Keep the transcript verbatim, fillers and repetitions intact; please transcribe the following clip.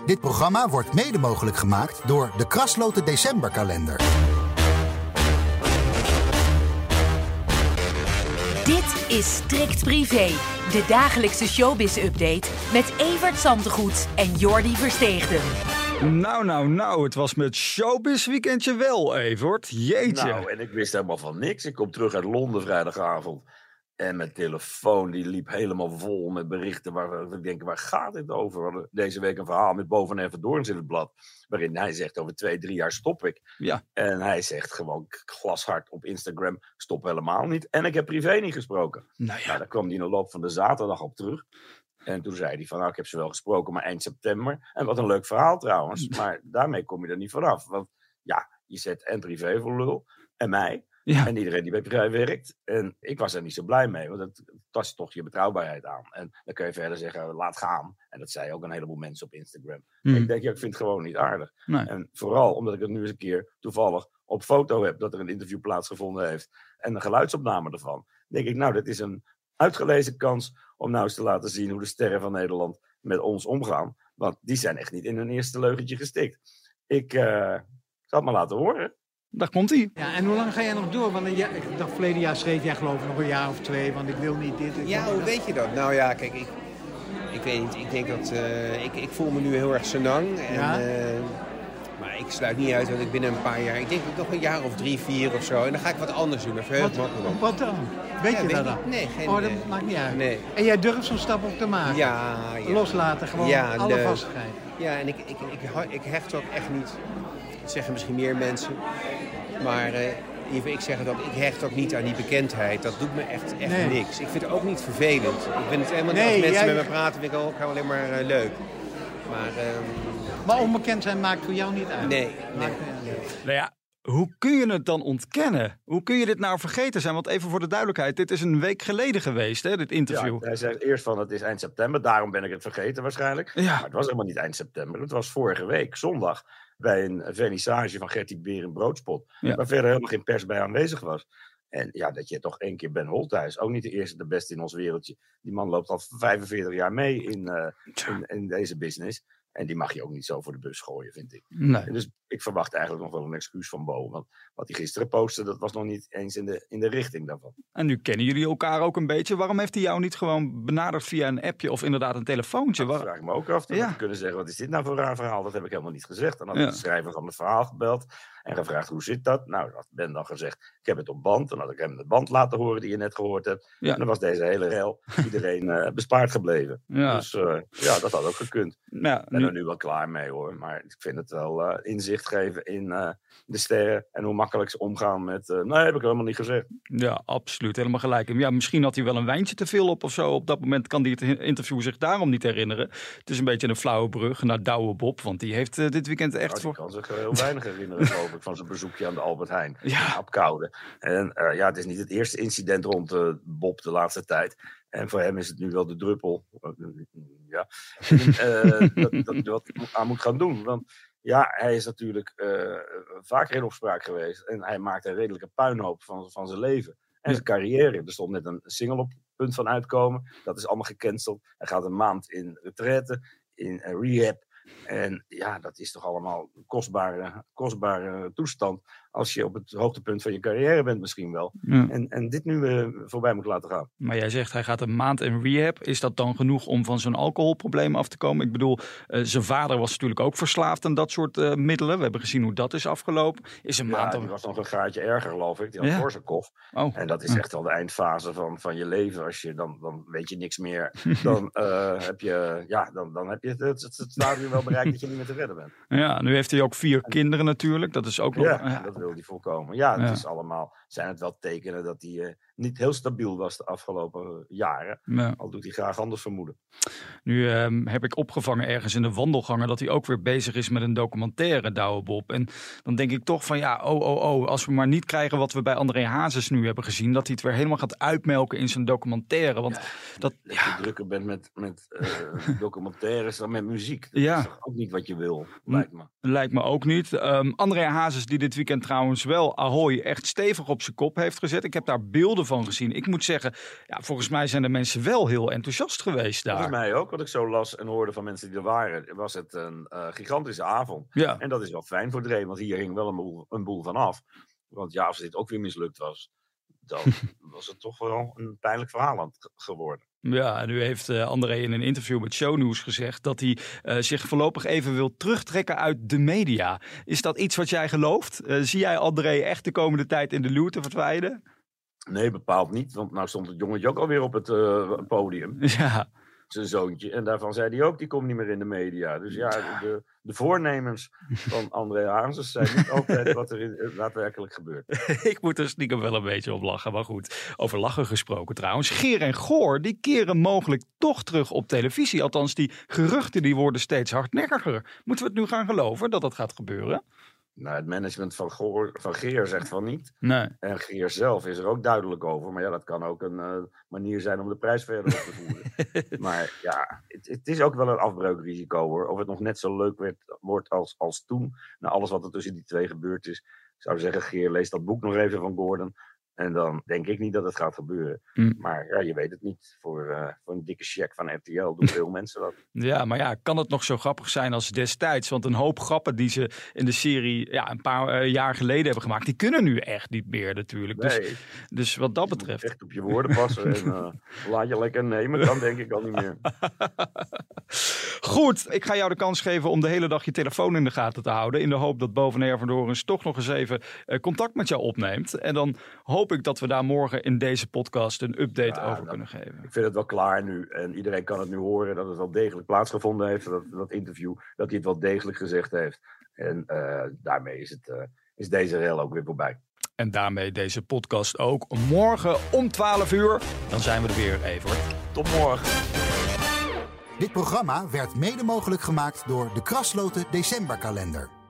Dit programma wordt mede mogelijk gemaakt door de Krasloten Decemberkalender. Dit is Strikt Privé, de dagelijkse showbiz-update met Evert Santegoed en Jordi Versteegden. Nou, nou, nou, het was met showbiz weekendje wel, Evert. Jeetje. Nou, en ik wist helemaal van niks. Ik kom terug uit Londen vrijdagavond. En mijn telefoon die liep helemaal vol met berichten waar ik denk, waar gaat dit over? We hadden deze week een verhaal met Bo van Everdoorns in het blad. Waarin hij zegt, over twee, drie jaar stop ik. Ja. En hij zegt gewoon glashard op Instagram, stop helemaal niet. En ik heb privé niet gesproken. Nou ja. Nou, daar kwam hij in de loop van de zaterdag op terug. En toen zei hij van, nou, ik heb ze wel gesproken, maar eind september. En wat een leuk verhaal trouwens. Maar daarmee kom je er niet vanaf. Want ja, je zet en privé voor lul en mij. Ja. En iedereen die bij privé werkt. En ik was er niet zo blij mee. Want het tast toch je betrouwbaarheid aan. En dan kun je verder zeggen, laat gaan. En dat zei ook een heleboel mensen op Instagram. Hmm. Ik denk, ja, ik vind het gewoon niet aardig. Nee. En vooral omdat ik het nu eens een keer toevallig op foto heb. Dat er een interview plaatsgevonden heeft. En een geluidsopname ervan. Denk ik, nou, dit is een uitgelezen kans om nou eens te laten zien hoe de sterren van Nederland met ons omgaan. Want die zijn echt niet in hun eerste leugentje gestikt. Ik uh, zal het maar laten horen. Daar komt hij. Ja, en hoe lang ga jij nog door? Want een jaar, ik dacht, verleden jaar schreef jij geloof ik nog een jaar of twee, want ik wil niet dit. Ik Ja, hoe dat. weet je dat? Nou ja, kijk, ik, ik weet niet. Ik denk dat, uh, ik, ik voel me nu heel erg senang. En, Ja? uh, maar ik sluit niet uit dat ik binnen een paar jaar, ik denk nog een jaar of drie, vier of zo. En dan ga ik wat anders doen. Daar verheug ik me ook nog op. Wat dan? Weet Ja, je weet dat niet. dan? Nee, geen Oh, dat idee. maakt niet uit. Nee. En jij durft zo'n stap op te maken? Ja, ja. Loslaten, gewoon Ja, alle leuk. vastigheid. Ja, en ik, ik, ik, ik, ik hecht ook echt niet, dat zeggen misschien meer mensen, maar uh, even, ik zeg het ook, ik hecht ook niet aan die bekendheid. Dat doet me echt, echt Nee. niks. Ik vind het ook niet vervelend. Ik vind het helemaal niet, Nee, als mensen jij- met me praten, vind ik ook alleen maar uh, leuk. Maar um, Maar onbekend zijn maakt voor jou niet uit? nee, nee, Maakt- nee. Nou ja, hoe kun je het dan ontkennen? Hoe kun je dit nou vergeten zijn? Want even voor de duidelijkheid, dit is een week geleden geweest, hè, dit interview. Ja, hij zei eerst van, het is eind september, daarom ben ik het vergeten waarschijnlijk. Ja. Maar het was helemaal niet eind september, het was vorige week, zondag, bij een vernissage van Gertie Beer in Broodspot. Ja. Waar verder helemaal geen pers bij aanwezig was. En ja, dat je toch één keer Ben Holthuis, ook niet de eerste, de beste in ons wereldje. Die man loopt al vijfenveertig jaar mee in, uh, in, in deze business. En die mag je ook niet zo voor de bus gooien, vind ik. Nee. En dus ik verwacht eigenlijk nog wel een excuus van Bo. Want wat hij gisteren postte, dat was nog niet eens in de, in de richting daarvan. En nu kennen jullie elkaar ook een beetje. Waarom heeft hij jou niet gewoon benaderd via een appje of inderdaad een telefoontje? Dat Waar... vraag ik me ook af. Dan Ja. had ik kunnen zeggen, wat is dit nou voor een raar verhaal? Dat heb ik helemaal niet gezegd. Dan had Ja. ik de schrijver van het verhaal gebeld en gevraagd, hoe zit dat? Nou, dat had Ben dan gezegd, ik heb het op band. Dan had ik hem de band laten horen die je net gehoord hebt. Ja. En dan was deze hele rel iedereen uh, bespaard gebleven. Ja. Dus uh, ja, dat had ook gekund. Nou, Ik ben nu... er nu wel klaar mee hoor. Maar ik vind het wel uh, inzicht geven in uh, de sterren. En hoe makkelijk ze omgaan met, uh, nee, heb ik helemaal niet gezegd. Ja, absoluut. Helemaal gelijk. Ja, misschien had hij wel een wijntje te veel op of zo. Op dat moment kan hij het interview zich daarom niet herinneren. Het is een beetje een flauwe brug naar Douwe Bob. Want die heeft uh, dit weekend echt Nou, voor... die kan zich heel weinig herinneren, geloof ik, van zijn bezoekje aan de Albert Heijn. Ja. Op Koude. En uh, ja, het is niet het eerste incident rond uh, Bob de laatste tijd. En voor hem is het nu wel de druppel. Ja. uh, dat, dat hij wat aan moet gaan doen. Want ja, hij is natuurlijk uh, vaker in opspraak geweest. En hij maakt een redelijke puinhoop van, van zijn leven. En zijn carrière. Er stond net een single op punt van uitkomen. Dat is allemaal gecanceld. Hij gaat een maand in retraite, in uh, rehab. En ja, dat is toch allemaal een kostbare, kostbare toestand. Als je op het hoogtepunt van je carrière bent misschien wel. Ja. En, en dit nu uh, voorbij moet laten gaan. Maar jij zegt hij gaat een maand in rehab. Is dat dan genoeg om van zijn alcoholprobleem af te komen? Ik bedoel, uh, zijn vader was natuurlijk ook verslaafd aan dat soort uh, middelen. We hebben gezien hoe dat is afgelopen. Is een Ja, maand die dan... was nog een gaatje erger, geloof ik. Die had Ja. Korsakoff. Oh. En dat is Ja. echt wel de eindfase van, van je leven. Als je dan, dan weet je niks meer. Dan uh, heb je, ja, dan, dan heb je het, het, het stadium wel bereikt dat je niet meer te redden bent. Ja, nu heeft hij ook vier kinderen natuurlijk. Dat is ook nog... Ja, ja. dat wil hij voorkomen. Ja, het Ja. is allemaal, zijn het wel tekenen dat hij uh, niet heel stabiel was de afgelopen jaren. Ja. Al doet hij graag anders vermoeden. Nu um, heb ik opgevangen ergens in de wandelgangen dat hij ook weer bezig is met een documentaire, Douwe Bob. En dan denk ik toch van ja, oh, oh, oh, als we maar niet krijgen wat we bij André Hazes nu hebben gezien, dat hij het weer helemaal gaat uitmelken in zijn documentaire. Want Ja, dat, dat ja, je drukker bent met, met uh, documentaires dan met muziek. ja. is toch ook niet wat je wil, lijkt me. Lijkt me ook niet. Um, André Hazes die dit weekend trouwens wel Ahoy echt stevig op zijn kop heeft gezet. Ik heb daar beelden van gezien. Ik moet zeggen, ja, volgens mij zijn de mensen wel heel enthousiast geweest daar. Volgens mij ook, wat ik zo las en hoorde van mensen die er waren, was het een uh, gigantische avond. Ja. En dat is wel fijn voor Dre, want hier ging wel een boel, een boel van af. Want ja, als dit ook weer mislukt was, dan was het toch wel een pijnlijk verhaal aan het geworden. Ja, en nu heeft uh, André in een interview met Shownieuws gezegd dat hij uh, zich voorlopig even wil terugtrekken uit de media. Is dat iets wat jij gelooft? Uh, zie jij André echt de komende tijd in de luwte verdwijnen? Nee, bepaald niet. Want nou stond het jongetje ook alweer op het uh, podium. Ja. Zijn zoontje. En daarvan zei hij ook, die komt niet meer in de media. Dus ja, de, de voornemens van André Hazes zijn niet altijd wat er in, daadwerkelijk gebeurt. Ik moet er stiekem wel een beetje op lachen. Maar goed, over lachen gesproken trouwens. Geer en Goor, die keren mogelijk toch terug op televisie. Althans, die geruchten die worden steeds hardnekkiger. Moeten we het nu gaan geloven dat dat gaat gebeuren? Nou, het management van, Goor, van Geer zegt van niet. Nee. En Geer zelf is er ook duidelijk over. Maar ja, dat kan ook een uh, manier zijn om de prijs verder op te voeren. Maar ja, het, het is ook wel een afbreukrisico hoor. Of het nog net zo leuk werd, wordt als, als toen. Na alles wat er tussen die twee gebeurd is. Ik zou zeggen, Geer, lees dat boek nog even van Gordon. En dan denk ik niet dat het gaat gebeuren. Mm. Maar ja, je weet het niet. Voor, uh, voor een dikke check van R T L doen veel mensen dat. Ja, maar ja, kan het nog zo grappig zijn als destijds? Want een hoop grappen die ze in de serie ja, een paar uh, jaar geleden hebben gemaakt, die kunnen nu echt niet meer natuurlijk. Nee. Dus, dus wat dat betreft. Je moet echt op je woorden passen en uh, laat je lekker nemen. Dan denk ik al niet meer. Goed, ik ga jou de kans geven om de hele dag je telefoon in de gaten te houden. In de hoop dat Boven van Dorens toch nog eens even uh, contact met jou opneemt. En dan hoop ik dat we daar morgen in deze podcast een update ja, over dat, kunnen geven. Ik vind het wel klaar nu. En iedereen kan het nu horen dat het wel degelijk plaatsgevonden heeft. Dat, dat interview, dat hij het wel degelijk gezegd heeft. En uh, daarmee is, het, uh, is deze rel ook weer voorbij. En daarmee deze podcast ook. Morgen om twaalf uur. Dan zijn we er weer, Evert. Tot morgen. Dit programma werd mede mogelijk gemaakt door de Krasloten Decemberkalender.